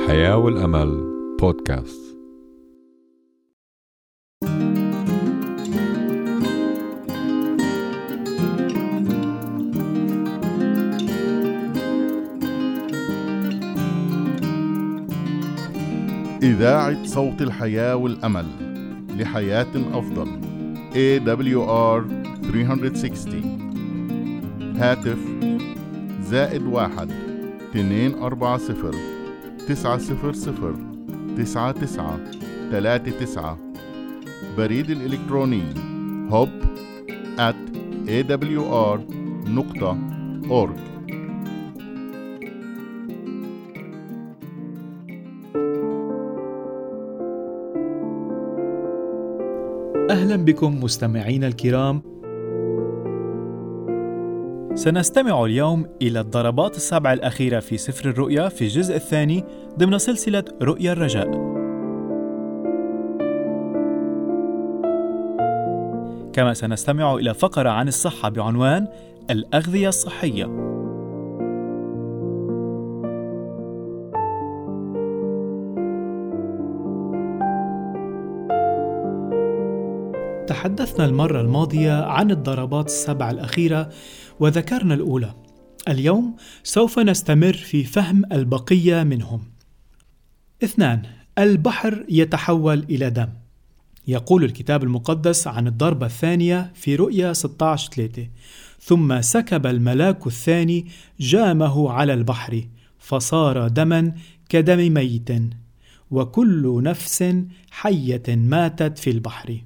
الحياة والأمل بودكاست. إذاعة صوت الحياة والأمل لحياة أفضل AWR 360. هاتف +1 240 900 9939. بريد الإلكتروني hope@awr.org. أهلا بكم مستمعينا الكرام. سنستمع اليوم إلى الضربات السبع الأخيرة في سفر الرؤيا في الجزء الثاني ضمن سلسلة رؤيا الرجاء. كما سنستمع إلى فقرة عن الصحة بعنوان الأغذية الصحية. تحدثنا المرة الماضية عن الضربات السبع الأخيرة وذكرنا الأولى. اليوم سوف نستمر في فهم البقية منهم. 2. البحر يتحول إلى دم. يقول الكتاب المقدس عن الضربة الثانية في رؤيا 16:3: ثم سكب الملاك الثاني جامه على البحر فصار دما كدم ميت، وكل نفس حية ماتت في البحر.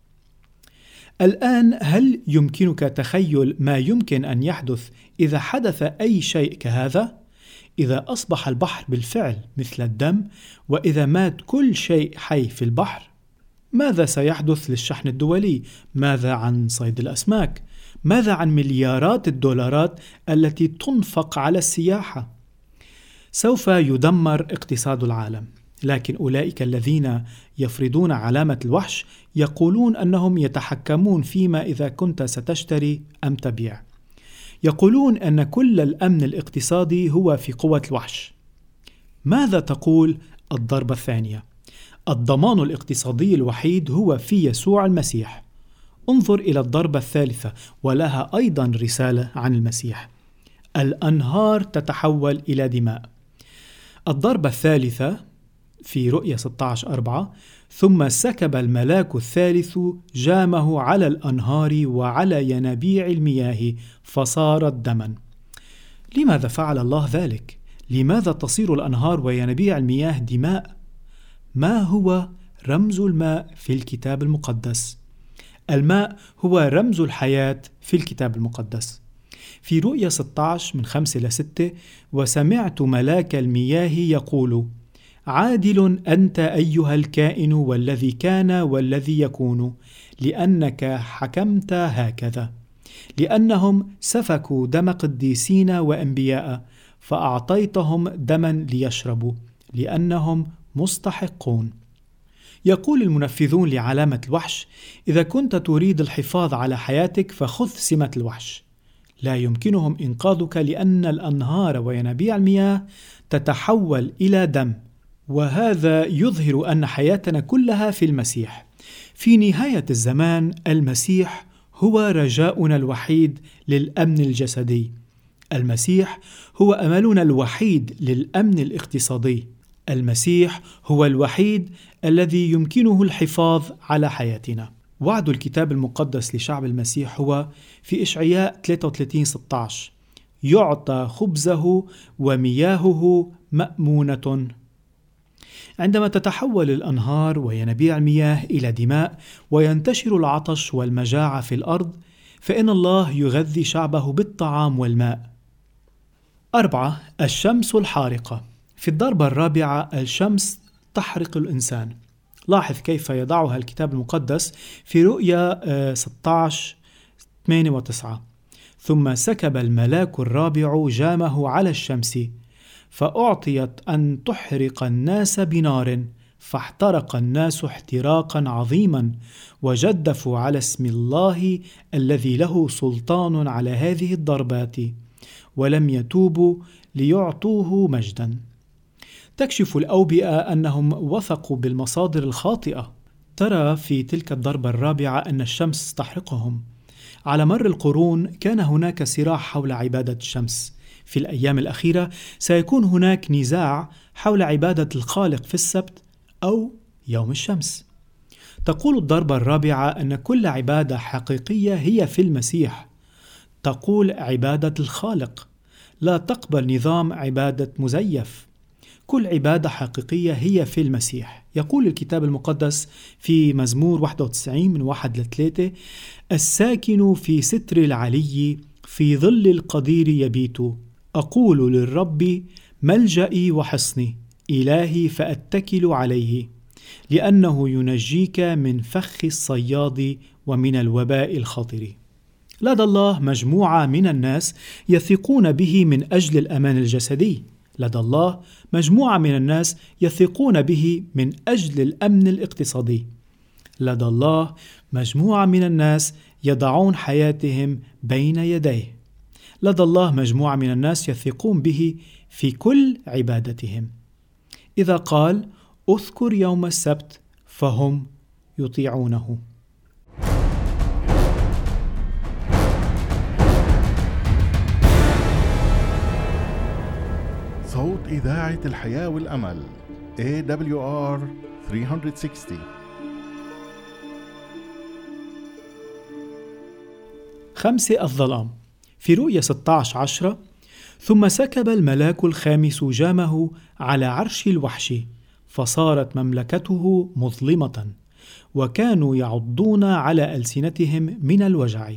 الآن هل يمكنك تخيل ما يمكن أن يحدث إذا حدث أي شيء كهذا؟ إذا أصبح البحر بالفعل مثل الدم، وإذا مات كل شيء حي في البحر، ماذا سيحدث للشحن الدولي؟ ماذا عن صيد الأسماك؟ ماذا عن مليارات الدولارات التي تنفق على السياحة؟ سوف يدمر اقتصاد العالم. لكن أولئك الذين يفرضون علامة الوحش يقولون أنهم يتحكمون فيما إذا كنت ستشتري أم تبيع. يقولون أن كل الأمن الاقتصادي هو في قوة الوحش. ماذا تقول الضربة الثانية؟ الضمان الاقتصادي الوحيد هو في يسوع المسيح. انظر إلى الضربة الثالثة ولها أيضا رسالة عن المسيح. الأنهار تتحول إلى دماء. الضربة الثالثة في رؤيا 16:4: ثم سكب الملاك الثالث جامه على الأنهار وعلى ينابيع المياه فصارت دما. لماذا فعل الله ذلك؟ لماذا تصير الأنهار وينابيع المياه دماء؟ ما هو رمز الماء في الكتاب المقدس؟ الماء هو رمز الحياة في الكتاب المقدس. في رؤيا 16:5-6: وسمعت ملاك المياه يقول: عادل أنت أيها الكائن والذي كان والذي يكون، لأنك حكمت هكذا، لأنهم سفكوا دم قديسين وأنبياء فأعطيتهم دما ليشربوا، لأنهم مستحقون. يقول المنفذون لعلامة الوحش: إذا كنت تريد الحفاظ على حياتك فخذ سمة الوحش. لا يمكنهم إنقاذك لأن الأنهار وينابيع المياه تتحول إلى دم، وهذا يظهر أن حياتنا كلها في المسيح. في نهاية الزمان المسيح هو رجاؤنا الوحيد للأمن الجسدي. المسيح هو أملنا الوحيد للأمن الاقتصادي. المسيح هو الوحيد الذي يمكنه الحفاظ على حياتنا. وعد الكتاب المقدس لشعب المسيح هو في إشعياء 33:16: يعطى خبزه ومياهه مأمونة. عندما تتحول الأنهار وينابيع المياه إلى دماء وينتشر العطش والمجاعة في الأرض، فإن الله يغذي شعبه بالطعام والماء. 4. الشمس الحارقة. في الضربة الرابعة الشمس تحرق الإنسان. لاحظ كيف يضعها الكتاب المقدس في رؤيا 16:8-9: ثم سكب الملاك الرابع جامه على الشمس فأعطيت أن تحرق الناس بنار، فاحترق الناس احتراقا عظيما، وجدفوا على اسم الله الذي له سلطان على هذه الضربات، ولم يتوبوا ليعطوه مجدا. تكشف الأوبئة أنهم وثقوا بالمصادر الخاطئة. ترى في تلك الضربة الرابعة أن الشمس تحرقهم. على مر القرون كان هناك صراع حول عبادة الشمس. في الأيام الأخيرة سيكون هناك نزاع حول عبادة الخالق في السبت أو يوم الشمس. تقول الضربة الرابعة أن كل عبادة حقيقية هي في المسيح. تقول عبادة الخالق، لا تقبل نظام عبادة مزيف. كل عبادة حقيقية هي في المسيح. يقول الكتاب المقدس في مزمور 91 من 1-3: الساكن في ستر العلي في ظل القدير يبيت، أقول للرب ملجئي وحصني، إلهي فأتكل عليه، لأنه ينجيك من فخ الصياد ومن الوباء الخطر. لدى الله مجموعة من الناس يثقون به من أجل الأمان الجسدي. لدى الله مجموعة من الناس يثقون به من أجل الأمن الاقتصادي. لدى الله مجموعة من الناس يضعون حياتهم بين يديه. لدى الله مجموعة من الناس يثقون به في كل عبادتهم. إذا قال أذكر يوم السبت فهم يطيعونه. صوت إذاعة الحياة والأمل AWR 360. 5. الظلام. في رؤيا 16:10: ثم سكب الملاك الخامس جامه على عرش الوحش، فصارت مملكته مظلمة، وكانوا يعضون على ألسنتهم من الوجع.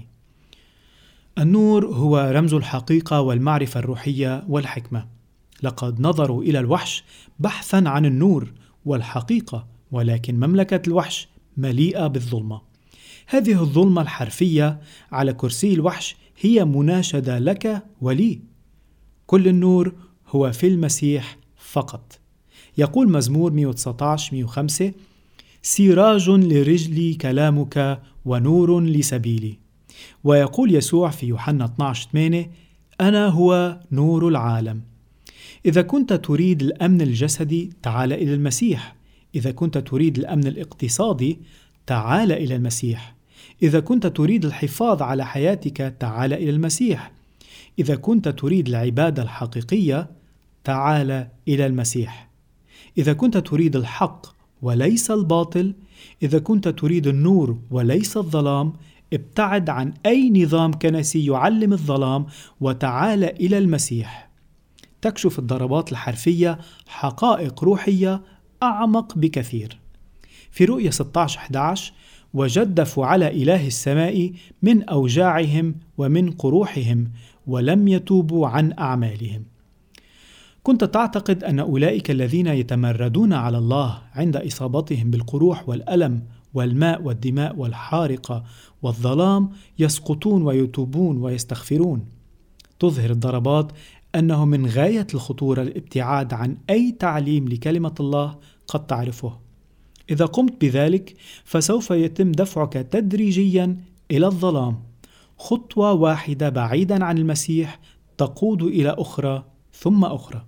النور هو رمز الحقيقة والمعرفة الروحية والحكمة. لقد نظروا إلى الوحش بحثا عن النور والحقيقة، ولكن مملكة الوحش مليئة بالظلمة. هذه الظلمة الحرفية على كرسي الوحش هي مناشدة لك ولي. كل النور هو في المسيح فقط. يقول مزمور 119:105: سراج لرجلي كلامك ونور لسبيلي. ويقول يسوع في يوحنا 12:8: أنا هو نور العالم. إذا كنت تريد الأمن الجسدي تعال إلى المسيح. إذا كنت تريد الأمن الاقتصادي تعال إلى المسيح. إذا كنت تريد الحفاظ على حياتك تعال إلى المسيح. إذا كنت تريد العبادة الحقيقية تعال إلى المسيح. إذا كنت تريد الحق وليس الباطل، إذا كنت تريد النور وليس الظلام، ابتعد عن أي نظام كنسي يعلم الظلام وتعال إلى المسيح. تكشف الضربات الحرفية حقائق روحية أعمق بكثير. في رؤيا 16:11: وجدفوا على إله السماء من أوجاعهم ومن قروحهم ولم يتوبوا عن أعمالهم. كنت تعتقد أن أولئك الذين يتمردون على الله عند إصابتهم بالقروح والألم والماء والدماء والحارقة والظلام يسقطون ويتوبون ويستغفرون. تظهر الضربات أنه من غاية الخطورة الابتعاد عن أي تعليم لكلمة الله قد تعرفه. إذا قمت بذلك فسوف يتم دفعك تدريجيا إلى الظلام. خطوة واحدة بعيدا عن المسيح تقود إلى أخرى ثم أخرى.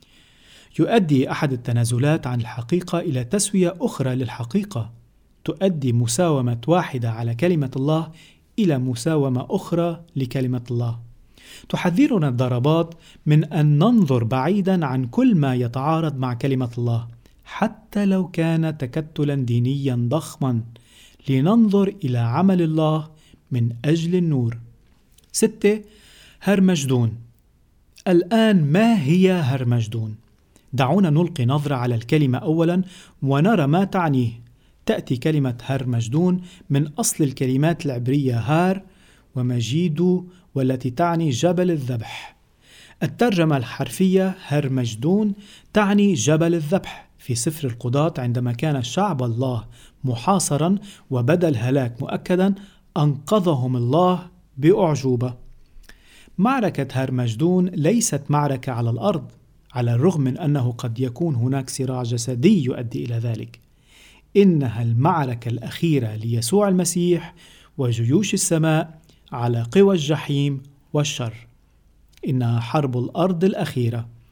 يؤدي أحد التنازلات عن الحقيقة إلى تسوية أخرى للحقيقة. تؤدي مساومة واحدة على كلمة الله إلى مساومة أخرى لكلمة الله. تحذرنا الضربات من أن ننظر بعيدا عن كل ما يتعارض مع كلمة الله، حتى لو كان تكتلا دينيا ضخما، لننظر إلى عمل الله من أجل النور. 6. هرمجدون. الآن ما هي هرمجدون؟ دعونا نلقي نظرة على الكلمة أولا ونرى ما تعنيه. تأتي كلمة هرمجدون من أصل الكلمات العبرية هار ومجيدو، والتي تعني جبل الذبح. الترجمة الحرفية هرمجدون تعني جبل الذبح. في سفر القضاة عندما كان شعب الله محاصرا وبدا الهلاك مؤكدا أنقذهم الله بأعجوبة. معركة هرمجدون ليست معركة على الأرض، على الرغم من أنه قد يكون هناك صراع جسدي يؤدي إلى ذلك. إنها المعركة الأخيرة ليسوع المسيح وجيوش السماء على قوى الجحيم والشر. إنها حرب الأرض الأخيرة.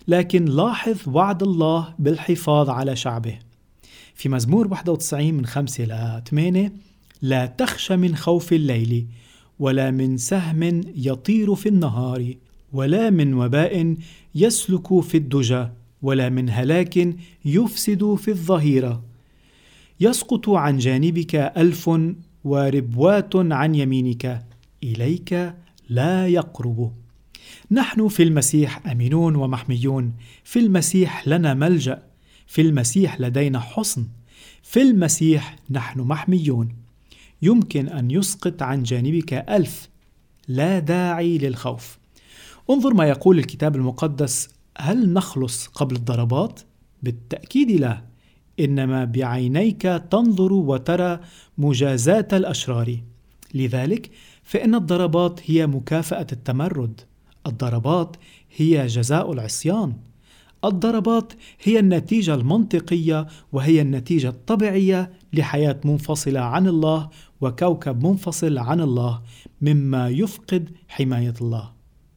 لكن لاحظ وعد الله بالحفاظ على شعبه. في مزمور 91 من 5-8: لا تخش من خوف الليل، ولا من سهم يطير في النهار، ولا من وباء يسلك في الدجى، ولا من هلاك يفسد في الظهيرة. يسقط عن جانبك 1000 وربوات عن يمينك، إليك لا يقرب. نحن في المسيح أمينون ومحميون، في المسيح لنا ملجأ، في المسيح لدينا حصن، في المسيح نحن محميون. يمكن أن يسقط عن جانبك 1000، لا داعي للخوف. انظر ما يقول الكتاب المقدس: هل نخلص قبل الضربات؟ بالتأكيد لا، إنما بعينيك تنظر وترى مجازات الأشرار. لذلك فإن الضربات هي مكافأة التمرد، الضربات هي جزاء العصيان، الضربات هي النتيجة المنطقية وهي النتيجة الطبيعية لحياة منفصلة عن الله وكوكب منفصل عن الله، مما يفقد حماية الله.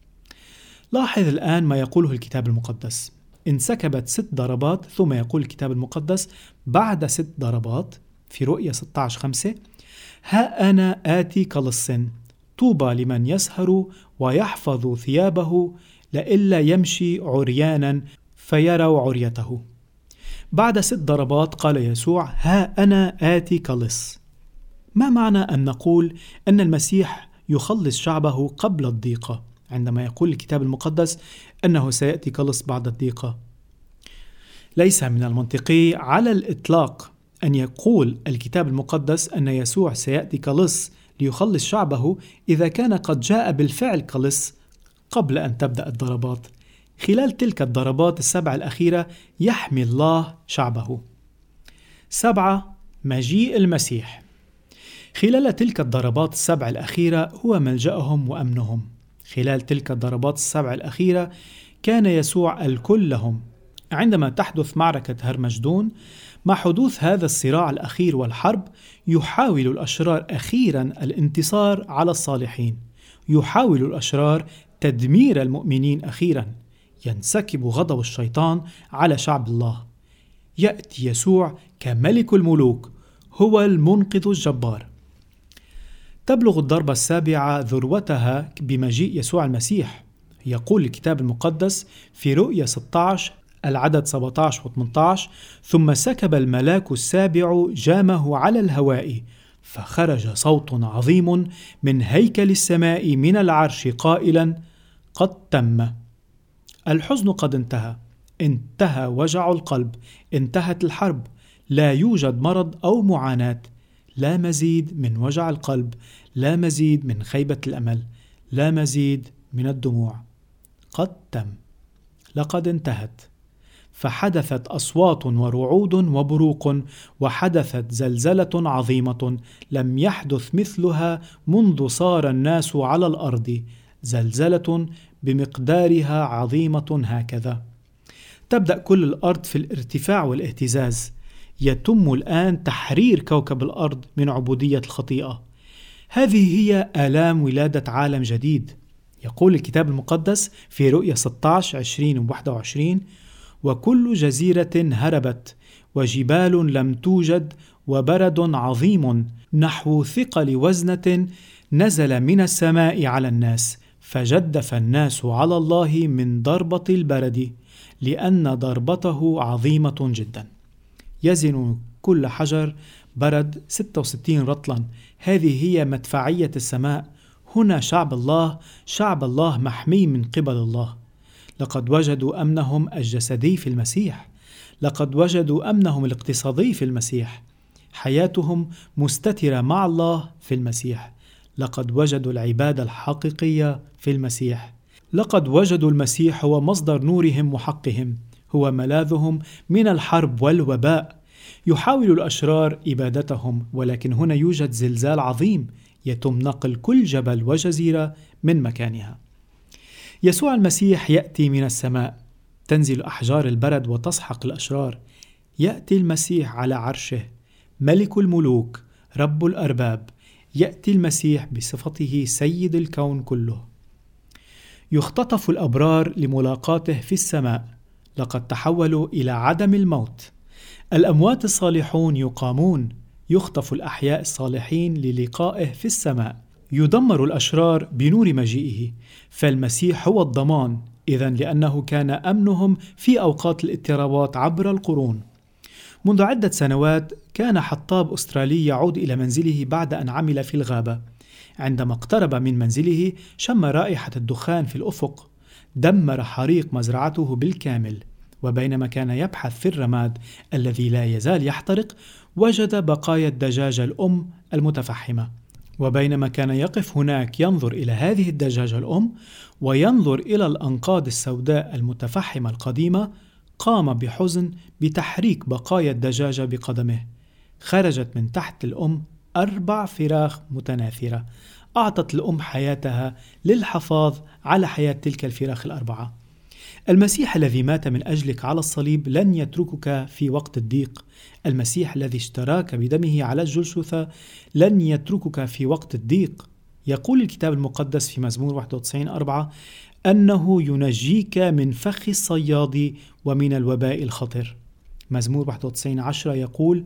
لاحظ الآن ما يقوله الكتاب المقدس: انسكبت 6 ضربات، ثم يقول الكتاب المقدس بعد 6 ضربات في رؤيا 16:5: ها أنا آتي كلص، طوبى لمن يسهر ويحفظ ثيابه لئلا يمشي عريانا فيروا عريته. بعد 6 ضربات قال يسوع: ها أنا آتي كلص. ما معنى أن نقول أن المسيح يخلص شعبه قبل الضيقة عندما يقول الكتاب المقدس أنه سيأتي كلص بعد الضيقة؟ ليس من المنطقي على الإطلاق أن يقول الكتاب المقدس أن يسوع سيأتي كلص ليخلص شعبه إذا كان قد جاء بالفعل كلص قبل أن تبدأ الضربات. خلال تلك الضربات 7 الأخيرة يحمي الله شعبه. 7. مجيء المسيح. خلال تلك الضربات 7 الأخيرة هو ملجأهم وأمنهم. خلال تلك الضربات 7 الأخيرة كان يسوع الكل لهم. عندما تحدث معركة هرمجدون، مع حدوث هذا الصراع الأخير والحرب، يحاول الأشرار أخيرا الانتصار على الصالحين، يحاول الأشرار تدمير المؤمنين أخيرا، ينسكب غضب الشيطان على شعب الله. يأتي يسوع كملك الملوك، هو المنقذ الجبار. تبلغ الضربة 7 ذروتها بمجيء يسوع المسيح. يقول الكتاب المقدس في رؤيا 16 العدد 17 و18: ثم سكب الملاك 7 جامه على الهواء، فخرج صوت عظيم من هيكل السماء من العرش قائلا: قد تم. الحزن قد انتهى، انتهى وجع القلب، انتهت الحرب، لا يوجد مرض أو معاناة، لا مزيد من وجع القلب، لا مزيد من خيبة الأمل، لا مزيد من الدموع. قد تم، لقد انتهت. فحدثت أصوات ورعود وبروق، وحدثت زلزلة عظيمة لم يحدث مثلها منذ صار الناس على الأرض، زلزلة بمقدارها عظيمة هكذا. تبدأ كل الأرض في الارتفاع والاهتزاز. يتم الآن تحرير كوكب الأرض من عبودية الخطيئة. هذه هي آلام ولادة عالم جديد. يقول الكتاب المقدس في رؤيا 16 20 و21: وكل جزيرة هربت، وجبال لم توجد، وبرد عظيم نحو ثقل وزنة نزل من السماء على الناس، فجدف الناس على الله من ضربة البرد، لأن ضربته عظيمة جدا. يزن كل حجر برد 66 رطلا. هذه هي مدفعية السماء. هنا شعب الله محمي من قبل الله. لقد وجدوا أمنهم الجسدي في المسيح، لقد وجدوا أمنهم الاقتصادي في المسيح، حياتهم مستترة مع الله في المسيح، لقد وجدوا العبادة الحقيقية في المسيح، لقد وجدوا المسيح هو مصدر نورهم وحقهم، هو ملاذهم من الحرب والوباء. يحاول الأشرار إبادتهم، ولكن هنا يوجد زلزال عظيم يتم نقل كل جبل وجزيرة من مكانها. يسوع المسيح يأتي من السماء، تنزل أحجار البرد وتسحق الأشرار. يأتي المسيح على عرشه، ملك الملوك، رب الأرباب. يأتي المسيح بصفته سيد الكون كله. يختطف الأبرار لملاقاته في السماء، لقد تحولوا إلى عدم الموت. الأموات الصالحون يقامون، يخطف الأحياء الصالحين للقائه في السماء. يدمر الأشرار بنور مجيئه، فالمسيح هو الضمان، إذن لأنه كان أمنهم في أوقات الاضطرابات عبر القرون. منذ عدة سنوات كان حطاب أسترالي يعود إلى منزله بعد أن عمل في الغابة. عندما اقترب من منزله شم رائحة الدخان في الأفق. دمر حريق مزرعته بالكامل، وبينما كان يبحث في الرماد الذي لا يزال يحترق وجد بقايا الدجاجة الأم المتفحمة. وبينما كان يقف هناك ينظر إلى هذه الدجاجة الأم وينظر إلى الأنقاض السوداء المتفحمة القديمة، قام بحزن بتحريك بقايا الدجاجة بقدمه. خرجت من تحت الأم 4 فراخ متناثرة. أعطت الأم حياتها للحفاظ على حياة تلك الفراخ 4. المسيح الذي مات من أجلك على الصليب لن يتركك في وقت الضيق. المسيح الذي اشتراك بدمه على الجلجثة لن يتركك في وقت الضيق. يقول الكتاب المقدس في مزمور 91:4 أنه ينجيك من فخ الصياد ومن الوباء الخطر. مزمور 91:10 يقول: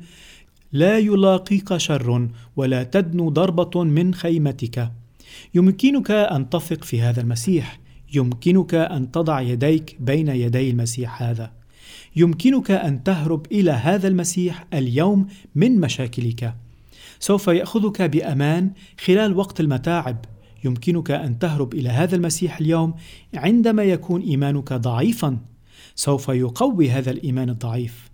لا يلاقيك شر ولا تدنو ضربة من خيمتك. يمكنك أن تثق في هذا المسيح. يمكنك أن تضع يديك بين يدي المسيح هذا. يمكنك أن تهرب إلى هذا المسيح اليوم من مشاكلك. سوف يأخذك بأمان خلال وقت المتاعب. يمكنك أن تهرب إلى هذا المسيح اليوم عندما يكون إيمانك ضعيفا. سوف يقوي هذا الإيمان الضعيف.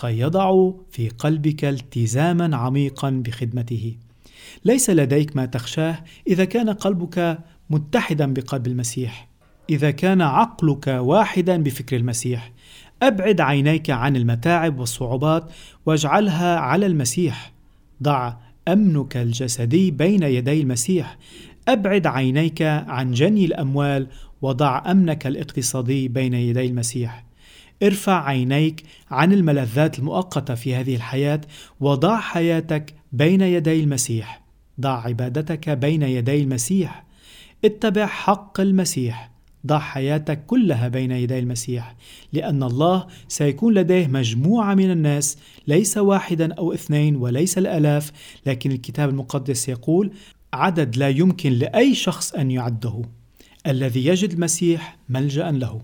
سيضع في قلبك التزاما عميقا بخدمته. ليس لديك ما تخشاه إذا كان قلبك متحدا بقلب المسيح، إذا كان عقلك واحدا بفكر المسيح. أبعد عينيك عن المتاعب والصعوبات واجعلها على المسيح. ضع أمنك الجسدي بين يدي المسيح. أبعد عينيك عن جني الأموال وضع أمنك الاقتصادي بين يدي المسيح. ارفع عينيك عن الملذات المؤقتة في هذه الحياة وضع حياتك بين يدي المسيح. ضع عبادتك بين يدي المسيح. اتبع حق المسيح. ضع حياتك كلها بين يدي المسيح، لأن الله سيكون لديه مجموعة من الناس، ليس 1 أو 2 وليس الآلاف، لكن الكتاب المقدس يقول عدد لا يمكن لأي شخص أن يعده. الذي يجد المسيح ملجأ له.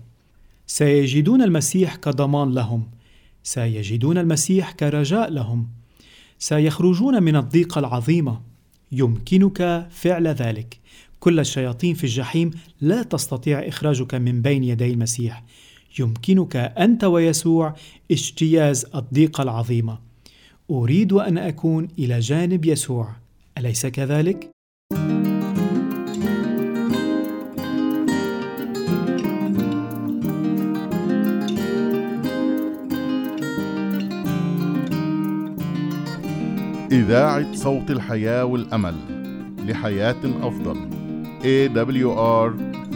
سيجدون المسيح كضمان لهم. سيجدون المسيح كرجاء لهم. سيخرجون من الضيقة العظيمة. يمكنك فعل ذلك. كل الشياطين في الجحيم لا تستطيع إخراجك من بين يدي المسيح. يمكنك أنت ويسوع اجتياز الضيقة العظيمة. أريد أن أكون إلى جانب يسوع، أليس كذلك؟ إذاعة صوت الحياة والأمل لحياة أفضل. AWR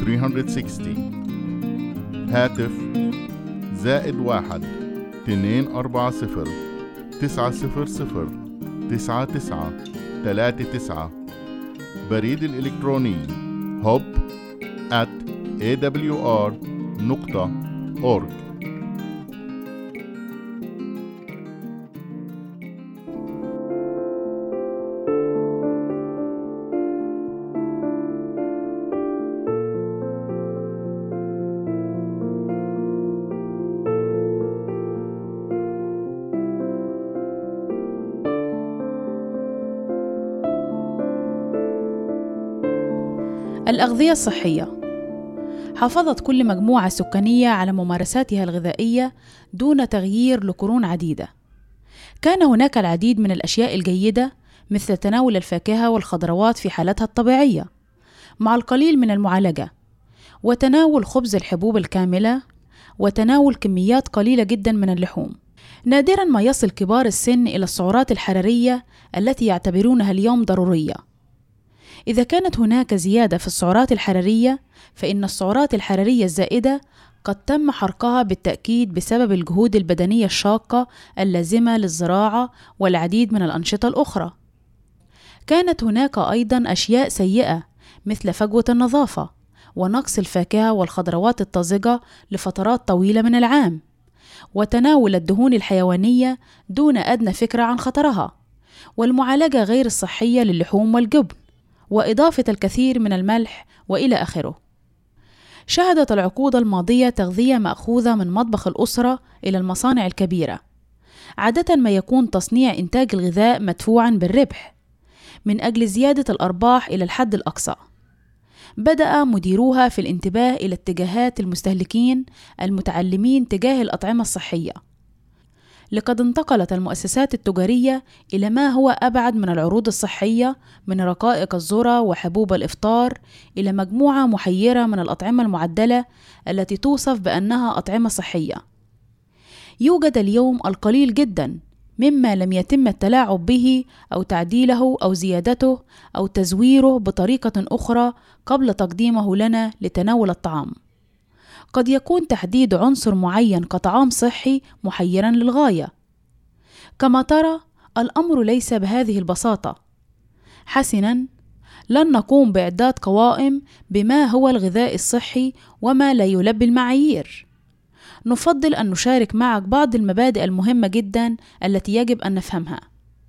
360. هاتف +1 240 900 99 39. بريد الإلكتروني hope@awr.org. الأغذية الصحية. حافظت كل مجموعة سكانية على ممارساتها الغذائية دون تغيير لقرون عديدة. كان هناك العديد من الأشياء الجيدة مثل تناول الفاكهة والخضروات في حالتها الطبيعية مع القليل من المعالجة، وتناول خبز الحبوب الكاملة، وتناول كميات قليلة جدا من اللحوم. نادرا ما يصل كبار السن إلى السعرات الحرارية التي يعتبرونها اليوم ضرورية. إذا كانت هناك زيادة في السعرات الحرارية، فإن السعرات الحرارية الزائدة قد تم حرقها بالتأكيد بسبب الجهود البدنية الشاقة اللازمة للزراعة والعديد من الأنشطة الأخرى. كانت هناك أيضا أشياء سيئة مثل فجوة النظافة ونقص الفاكهة والخضروات الطازجة لفترات طويلة من العام. وتناول الدهون الحيوانية دون أدنى فكرة عن خطرها، والمعالجة غير الصحية للحوم والجبن، وإضافة الكثير من الملح وإلى آخره. شهدت العقود الماضية تغذية مأخوذة من مطبخ الأسرة إلى المصانع الكبيرة. عادة ما يكون تصنيع إنتاج الغذاء مدفوعا بالربح من أجل زيادة الأرباح إلى الحد الأقصى. بدأ مديروها في الانتباه إلى اتجاهات المستهلكين المتعلمين تجاه الأطعمة الصحية. لقد انتقلت المؤسسات التجارية إلى ما هو أبعد من العروض الصحية، من رقائق الذرة وحبوب الإفطار إلى مجموعة محيرة من الأطعمة المعدلة التي توصف بأنها أطعمة صحية. يوجد اليوم القليل جدا مما لم يتم التلاعب به أو تعديله أو زيادته أو تزويره بطريقة أخرى قبل تقديمه لنا لتناول الطعام. قد يكون تحديد عنصر معين كطعام صحي محيرا للغاية. كما ترى، الأمر ليس بهذه البساطة. حسنا، لن نقوم بإعداد قوائم بما هو الغذاء الصحي وما لا يلبي المعايير. نفضل أن نشارك معك بعض المبادئ المهمة جدا التي يجب أن نفهمها.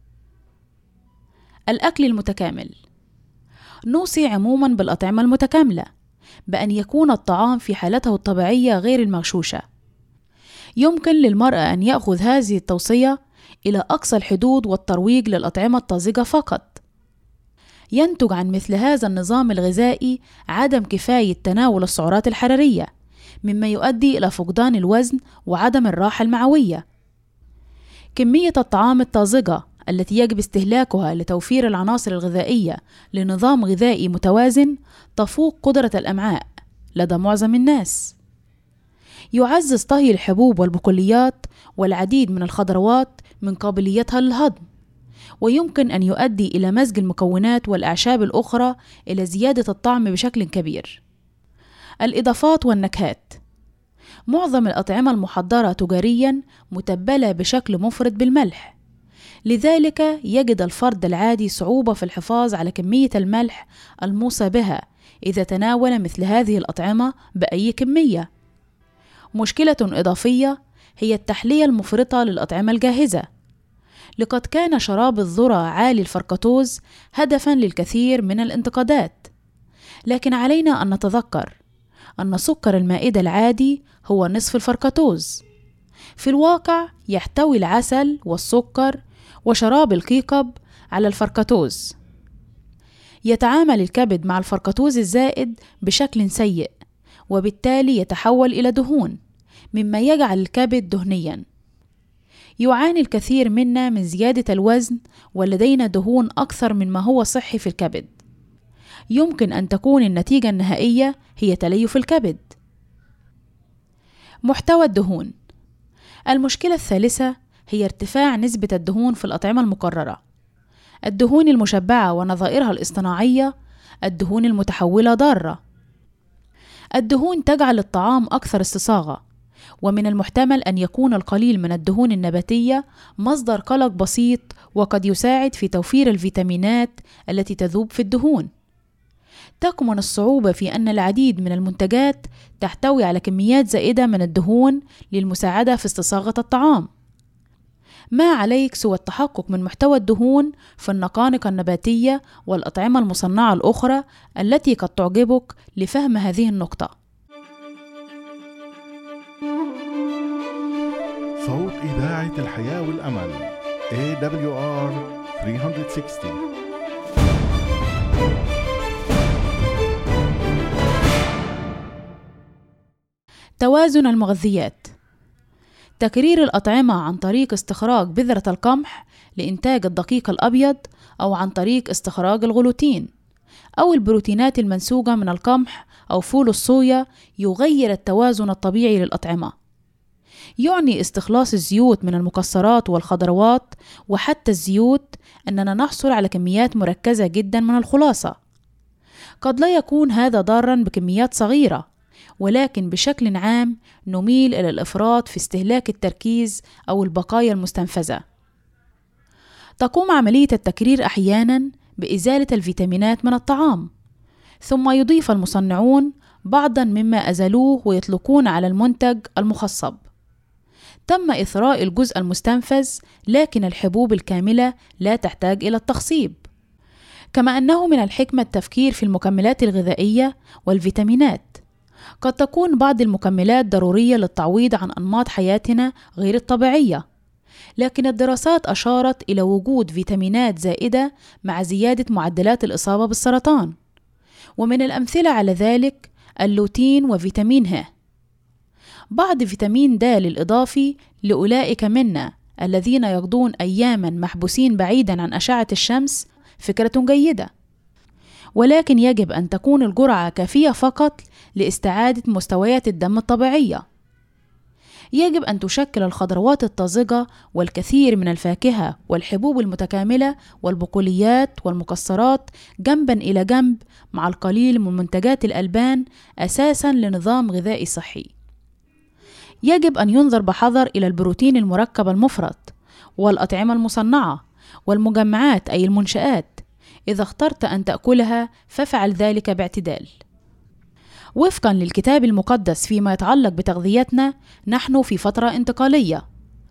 الأكل المتكامل. نوصي عموما بالأطعمة المتكاملة، بأن يكون الطعام في حالته الطبيعية غير المغشوشة. يمكن للمرأة أن يأخذ هذه التوصية إلى أقصى الحدود والترويج للأطعمة الطازجة فقط. ينتج عن مثل هذا النظام الغذائي عدم كفاية تناول السعرات الحرارية، مما يؤدي إلى فقدان الوزن وعدم الراحة المعوية. كمية الطعام الطازجة التي يجب استهلاكها لتوفير العناصر الغذائية لنظام غذائي متوازن تفوق قدرة الأمعاء لدى معظم الناس. يعزز طهي الحبوب والبقوليات والعديد من الخضروات من قابليتها للهضم، ويمكن أن يؤدي إلى مزج المكونات والأعشاب الأخرى إلى زيادة الطعم بشكل كبير. الإضافات والنكهات. معظم الأطعمة المحضرة تجاريا متبلة بشكل مفرط بالملح، لذلك يجد الفرد العادي صعوبة في الحفاظ على كمية الملح الموصى بها إذا تناول مثل هذه الأطعمة بأي كمية. مشكلة إضافية هي التحلية المفرطة للأطعمة الجاهزة. لقد كان شراب الذرة عالي الفركتوز هدفا للكثير من الانتقادات، لكن علينا أن نتذكر أن سكر المائدة العادي هو نصف الفركتوز. في الواقع يحتوي العسل والسكر وشراب القيقب على الفركتوز. يتعامل الكبد مع الفركتوز الزائد بشكل سيء، وبالتالي يتحول إلى دهون، مما يجعل الكبد دهنيا. يعاني الكثير منا من زيادة الوزن، ولدينا دهون أكثر مما هو صحي في الكبد. يمكن أن تكون النتيجة النهائية هي تليف الكبد. محتوى الدهون. المشكلة الثالثة هي ارتفاع نسبة الدهون في الأطعمة المقررة. الدهون المشبعة ونظائرها الاصطناعية، الدهون المتحولة ضارة. الدهون تجعل الطعام أكثر استصاغة، ومن المحتمل أن يكون القليل من الدهون النباتية مصدر قلق بسيط، وقد يساعد في توفير الفيتامينات التي تذوب في الدهون. تكمن الصعوبة في أن العديد من المنتجات تحتوي على كميات زائدة من الدهون للمساعدة في استصاغة الطعام. ما عليك سوى التحقق من محتوى الدهون في النقانق النباتية والأطعمة المصنعة الأخرى التي قد تعجبك لفهم هذه النقطة. صوت إذاعة الحياة والأمل AWR 360. توازن المغذيات. تكرير الأطعمة عن طريق استخراج بذرة القمح لإنتاج الدقيق الأبيض، أو عن طريق استخراج الجلوتين أو البروتينات المنسوجة من القمح أو فول الصويا، يغير التوازن الطبيعي للأطعمة. يعني استخلاص الزيوت من المكسرات والخضروات وحتى الزيوت أننا نحصل على كميات مركزة جدا من الخلاصة. قد لا يكون هذا ضارا بكميات صغيرة، ولكن بشكل عام نميل إلى الإفراط في استهلاك التركيز أو البقايا المستنفذة. تقوم عملية التكرير أحيانا بإزالة الفيتامينات من الطعام، ثم يضيف المصنعون بعضا مما أزالوه ويطلقون على المنتج المخصب. تم إثراء الجزء المستنفذ، لكن الحبوب الكاملة لا تحتاج إلى التخصيب. كما أنه من الحكمة التفكير في المكملات الغذائية والفيتامينات. قد تكون بعض المكملات ضرورية للتعويض عن أنماط حياتنا غير الطبيعية، لكن الدراسات أشارت إلى وجود فيتامينات زائدة مع زيادة معدلات الإصابة بالسرطان. ومن الأمثلة على ذلك اللوتين وفيتامين ه. بعض فيتامين د الإضافي لأولئك منا الذين يقضون أياما محبوسين بعيدا عن أشعة الشمس فكرة جيدة، ولكن يجب أن تكون الجرعة كافية فقط لاستعادة مستويات الدم الطبيعية. يجب أن تشكل الخضروات الطازجة والكثير من الفاكهة والحبوب المتكاملة والبقوليات والمكسرات جنبا إلى جنب مع القليل من منتجات الألبان أساسا لنظام غذائي صحي. يجب أن ينظر بحذر إلى البروتين المركب المفرط والأطعمة المصنعة والمجمعات أي المنشآت. إذا اخترت أن تأكلها فافعل ذلك باعتدال. وفقا للكتاب المقدس فيما يتعلق بتغذيتنا، نحن في فترة انتقالية.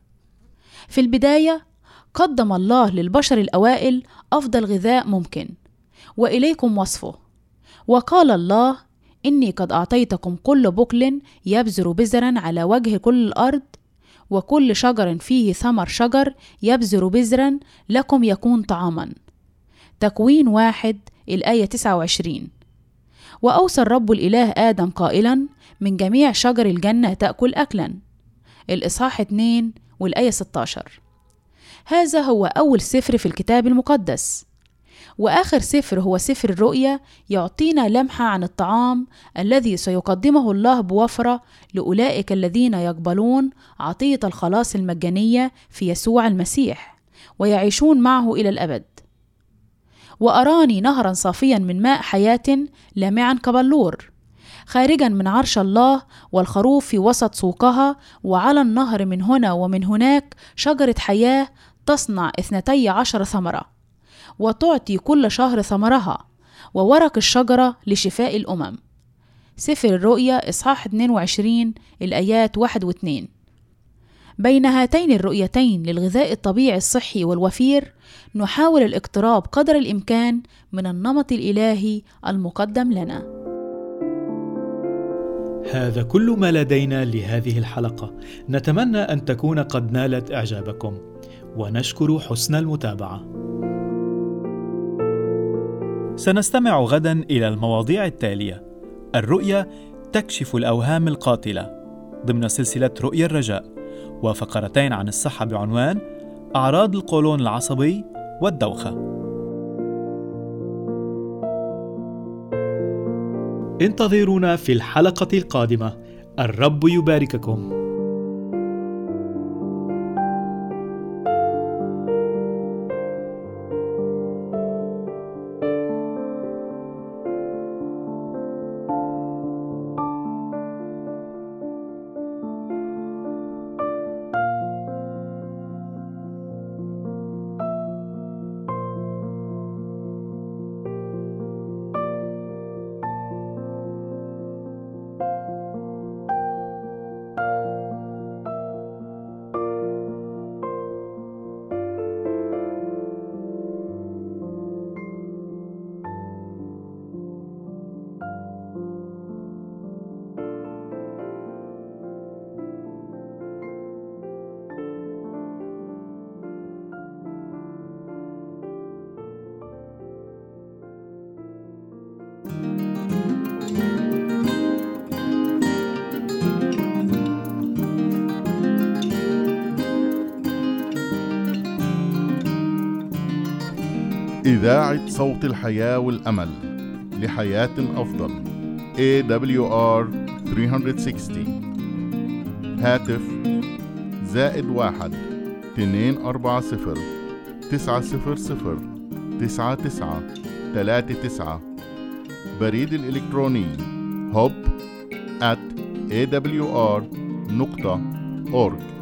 في البداية قدم الله للبشر الأوائل أفضل غذاء ممكن، وإليكم وصفه. وقال الله: إني قد أعطيتكم كل بقل يبذر بذرا على وجه كل الأرض، وكل شجر فيه ثمر شجر يبذر بذرا لكم يكون طعاما. تكوين 1 الآية 29. وأوصى الرب الإله آدم قائلا: من جميع شجر الجنة تأكل أكلا. الإصحاح 2 والآية 16. هذا هو أول سفر في الكتاب المقدس. وآخر سفر هو سفر الرؤيا، يعطينا لمحة عن الطعام الذي سيقدمه الله بوفرة لأولئك الذين يقبلون عطية الخلاص المجانية في يسوع المسيح ويعيشون معه إلى الأبد. وأراني نهرا صافيا من ماء حياة لامعا كبلور خارجا من عرش الله والخروف في وسط سوقها، وعلى النهر من هنا ومن هناك شجرة حياة تصنع 12 ثمرة، وتعطي كل شهر ثمرها، وورق الشجرة لشفاء الأمم. سفر الرؤيا إصحاح 22 الآيات 1 و2. بين هاتين الرؤيتين للغذاء الطبيعي الصحي والوفير نحاول الاقتراب قدر الإمكان من النمط الإلهي المقدم لنا. هذا كل ما لدينا لهذه الحلقة. نتمنى أن تكون قد نالت إعجابكم، ونشكر حسن المتابعة. سنستمع غدا إلى المواضيع التالية: الرؤية تكشف الأوهام القاتلة ضمن سلسلة رؤيا الرجاء، وفقرتين عن الصحة بعنوان أعراض القولون العصبي والدوخة. انتظرونا في الحلقة القادمة. الرب يبارككم. إذاعة صوت الحياة والأمل لحياة أفضل AWR 360. هاتف +1 240 900 99 39. بريد الإلكتروني hub@awr.org.